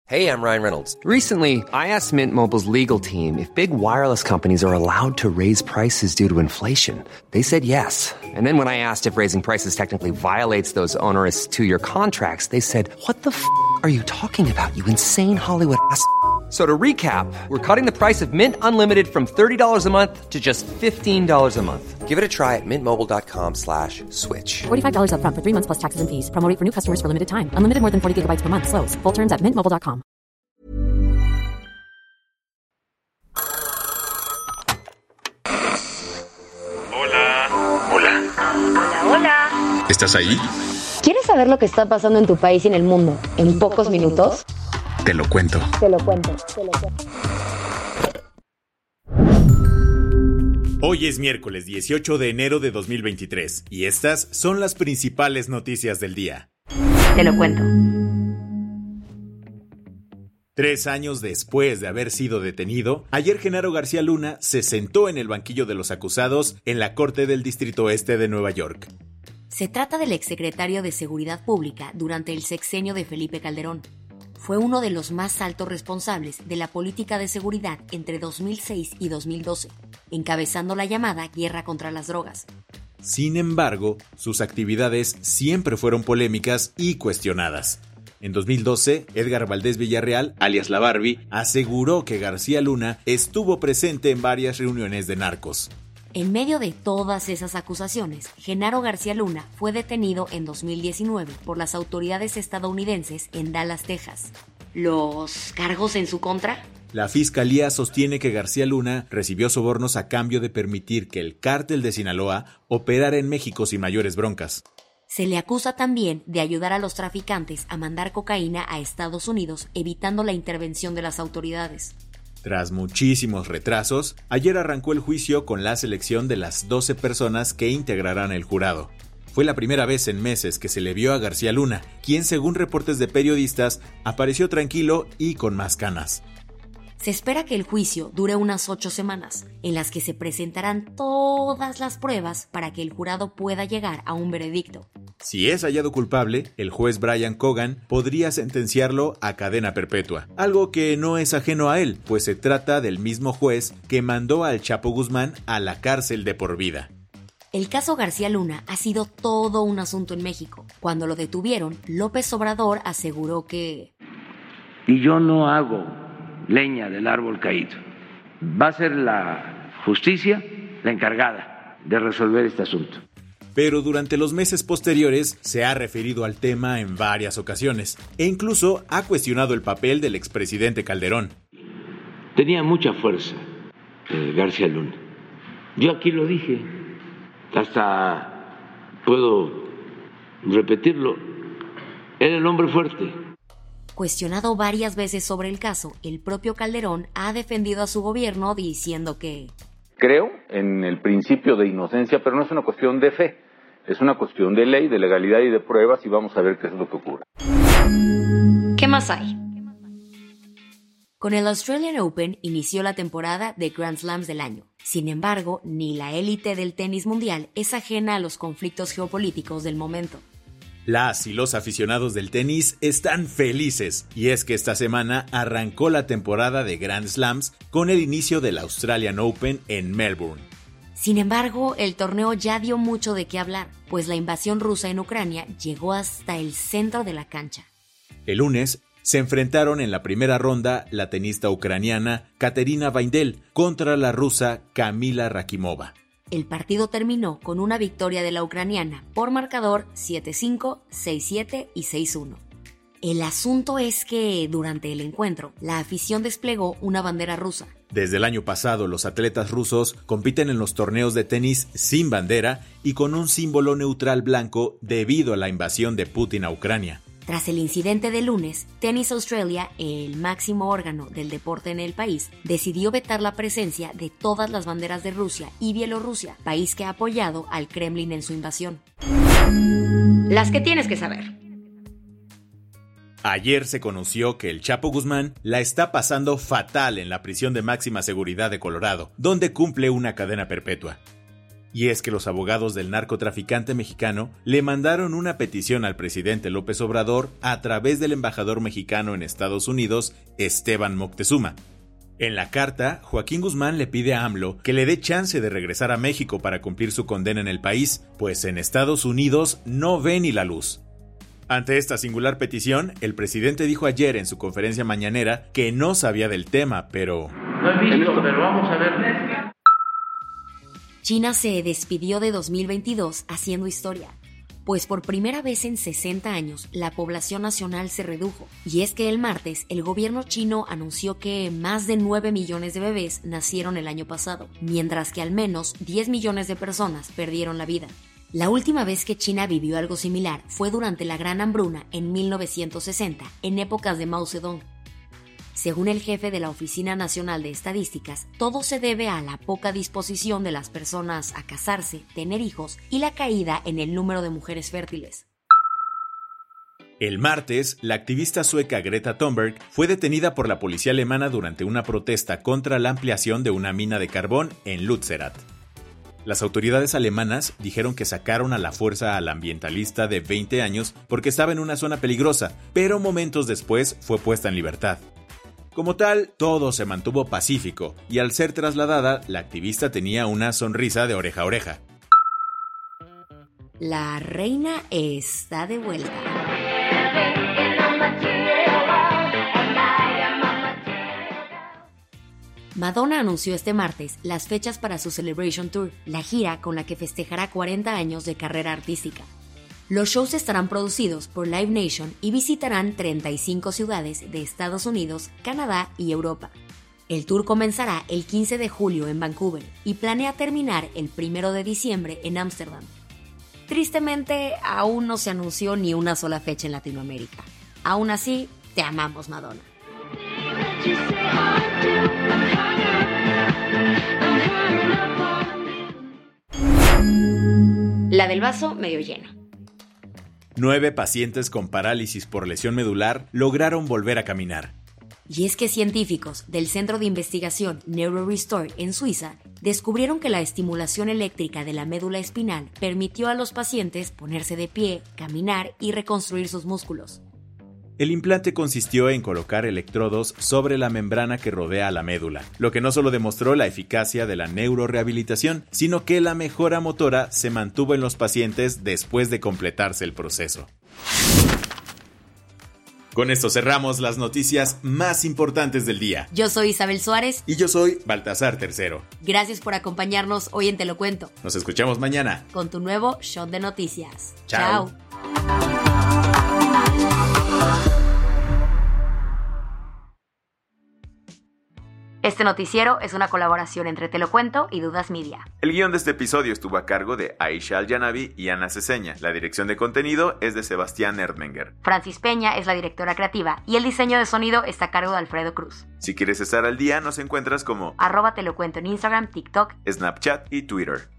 Hey, I'm Ryan Reynolds. Recently, I asked Mint Mobile's legal team if big wireless companies are allowed to raise prices due to inflation. They said yes. And then when I asked if raising prices technically violates those onerous two-year contracts, they said, "What the f*** are you talking about, you insane Hollywood ass?" So to recap, we're cutting the price of Mint Unlimited from $30 a month to just $15 a month. Give it a try at mintmobile.com/switch. $45 up front for 3 months plus taxes and fees. Promo rate for new customers for limited time. Unlimited more than 40 gigabytes per month. Slows full terms at mintmobile.com. Hola. Hola. Hola, hola. ¿Estás ahí? ¿Quieres saber lo que está pasando en tu país y en el mundo en pocos minutos? Te lo cuento. Te lo cuento. Hoy es miércoles 18 de enero de 2023 y estas son las principales noticias del día. Te lo cuento. 3 años después de haber sido detenido, ayer Genaro García Luna se sentó en el banquillo de los acusados en la Corte del Distrito Este de Nueva York. Se trata del exsecretario de Seguridad Pública durante el sexenio de Felipe Calderón. Fue uno de los más altos responsables de la política de seguridad entre 2006 y 2012, encabezando la llamada guerra contra las drogas. Sin embargo, sus actividades siempre fueron polémicas y cuestionadas. En 2012, Edgar Valdés Villarreal, alias La Barbie, aseguró que García Luna estuvo presente en varias reuniones de narcos. En medio de todas esas acusaciones, Genaro García Luna fue detenido en 2019 por las autoridades estadounidenses en Dallas, Texas. ¿Los cargos en su contra? La fiscalía sostiene que García Luna recibió sobornos a cambio de permitir que el cártel de Sinaloa operara en México sin mayores broncas. Se le acusa también de ayudar a los traficantes a mandar cocaína a Estados Unidos, evitando la intervención de las autoridades. Tras muchísimos retrasos, ayer arrancó el juicio con la selección de las 12 personas que integrarán el jurado. Fue la primera vez en meses que se le vio a García Luna, quien, según reportes de periodistas, apareció tranquilo y con más canas. Se espera que el juicio dure unas 8 semanas, en las que se presentarán todas las pruebas para que el jurado pueda llegar a un veredicto. Si es hallado culpable, el juez Brian Cogan podría sentenciarlo a cadena perpetua, algo que no es ajeno a él, pues se trata del mismo juez que mandó al Chapo Guzmán a la cárcel de por vida. El caso García Luna ha sido todo un asunto en México. Cuando lo detuvieron, López Obrador aseguró que... Y yo no hago leña del árbol caído. Va a ser la justicia la encargada de resolver este asunto. Pero durante los meses posteriores se ha referido al tema en varias ocasiones e incluso ha cuestionado el papel del expresidente Calderón. Tenía mucha fuerza García Luna. Yo aquí lo dije, hasta puedo repetirlo, era el hombre fuerte. Cuestionado varias veces sobre el caso, el propio Calderón ha defendido a su gobierno diciendo que... Creo en el principio de inocencia, pero no es una cuestión de fe, es una cuestión de ley, de legalidad y de pruebas, y vamos a ver qué es lo que ocurre. ¿Qué más hay? Con el Australian Open inició la temporada de Grand Slams del año. Sin embargo, ni la élite del tenis mundial es ajena a los conflictos geopolíticos del momento. Las y los aficionados del tenis están felices, y es que esta semana arrancó la temporada de Grand Slams con el inicio del Australian Open en Melbourne. Sin embargo, el torneo ya dio mucho de qué hablar, pues la invasión rusa en Ucrania llegó hasta el centro de la cancha. El lunes se enfrentaron en la primera ronda la tenista ucraniana Katerina Vaindel contra la rusa Kamila Rakimova. El partido terminó con una victoria de la ucraniana por marcador 7-5, 6-7 y 6-1. El asunto es que, durante el encuentro, la afición desplegó una bandera rusa. Desde el año pasado, los atletas rusos compiten en los torneos de tenis sin bandera y con un símbolo neutral blanco debido a la invasión de Putin a Ucrania. Tras el incidente de lunes, Tennis Australia, el máximo órgano del deporte en el país, decidió vetar la presencia de todas las banderas de Rusia y Bielorrusia, país que ha apoyado al Kremlin en su invasión. Las que tienes que saber. Ayer se conoció que el Chapo Guzmán la está pasando fatal en la prisión de máxima seguridad de Colorado, donde cumple una cadena perpetua. Y es que los abogados del narcotraficante mexicano le mandaron una petición al presidente López Obrador a través del embajador mexicano en Estados Unidos, Esteban Moctezuma. En la carta, Joaquín Guzmán le pide a AMLO que le dé chance de regresar a México para cumplir su condena en el país, pues en Estados Unidos no ve ni la luz. Ante esta singular petición, el presidente dijo ayer en su conferencia mañanera que no sabía del tema, pero... No he visto, pero vamos a ver. China se despidió de 2022 haciendo historia, pues por primera vez en 60 años la población nacional se redujo. Y es que el martes el gobierno chino anunció que más de 9 millones de bebés nacieron el año pasado, mientras que al menos 10 millones de personas perdieron la vida. La última vez que China vivió algo similar fue durante la Gran Hambruna en 1960, en épocas de Mao Zedong. Según el jefe de la Oficina Nacional de Estadísticas, todo se debe a la poca disposición de las personas a casarse, tener hijos y la caída en el número de mujeres fértiles. El martes, la activista sueca Greta Thunberg fue detenida por la policía alemana durante una protesta contra la ampliación de una mina de carbón en Lützerath. Las autoridades alemanas dijeron que sacaron a la fuerza al ambientalista de 20 años porque estaba en una zona peligrosa, pero momentos después fue puesta en libertad. Como tal, todo se mantuvo pacífico, y al ser trasladada, la activista tenía una sonrisa de oreja a oreja. La reina está de vuelta. Madonna anunció este martes las fechas para su Celebration Tour, la gira con la que festejará 40 años de carrera artística. Los shows estarán producidos por Live Nation y visitarán 35 ciudades de Estados Unidos, Canadá y Europa. El tour comenzará el 15 de julio en Vancouver y planea terminar el 1 de diciembre en Ámsterdam. Tristemente, aún no se anunció ni una sola fecha en Latinoamérica. Aún así, te amamos, Madonna. La del vaso medio lleno. 9 pacientes con parálisis por lesión medular lograron volver a caminar. Y es que científicos del Centro de Investigación NeuroRestore en Suiza descubrieron que la estimulación eléctrica de la médula espinal permitió a los pacientes ponerse de pie, caminar y reconstruir sus músculos. El implante consistió en colocar electrodos sobre la membrana que rodea a la médula, lo que no solo demostró la eficacia de la neurorehabilitación, sino que la mejora motora se mantuvo en los pacientes después de completarse el proceso. Con esto cerramos las noticias más importantes del día. Yo soy Isabel Suárez. Y yo soy Baltasar Tercero. Gracias por acompañarnos hoy en Te lo Cuento. Nos escuchamos mañana con tu nuevo shot de noticias. Chao. Este noticiero es una colaboración entre Te lo Cuento y Dudas Media. El guión de este episodio estuvo a cargo de Aisha Al-Janabi y Ana Ceseña. La dirección de contenido es de Sebastián Erdmenger. Francis Peña es la directora creativa y el diseño de sonido está a cargo de Alfredo Cruz. Si quieres estar al día, nos encuentras como @telocuento en Instagram, TikTok, Snapchat y Twitter.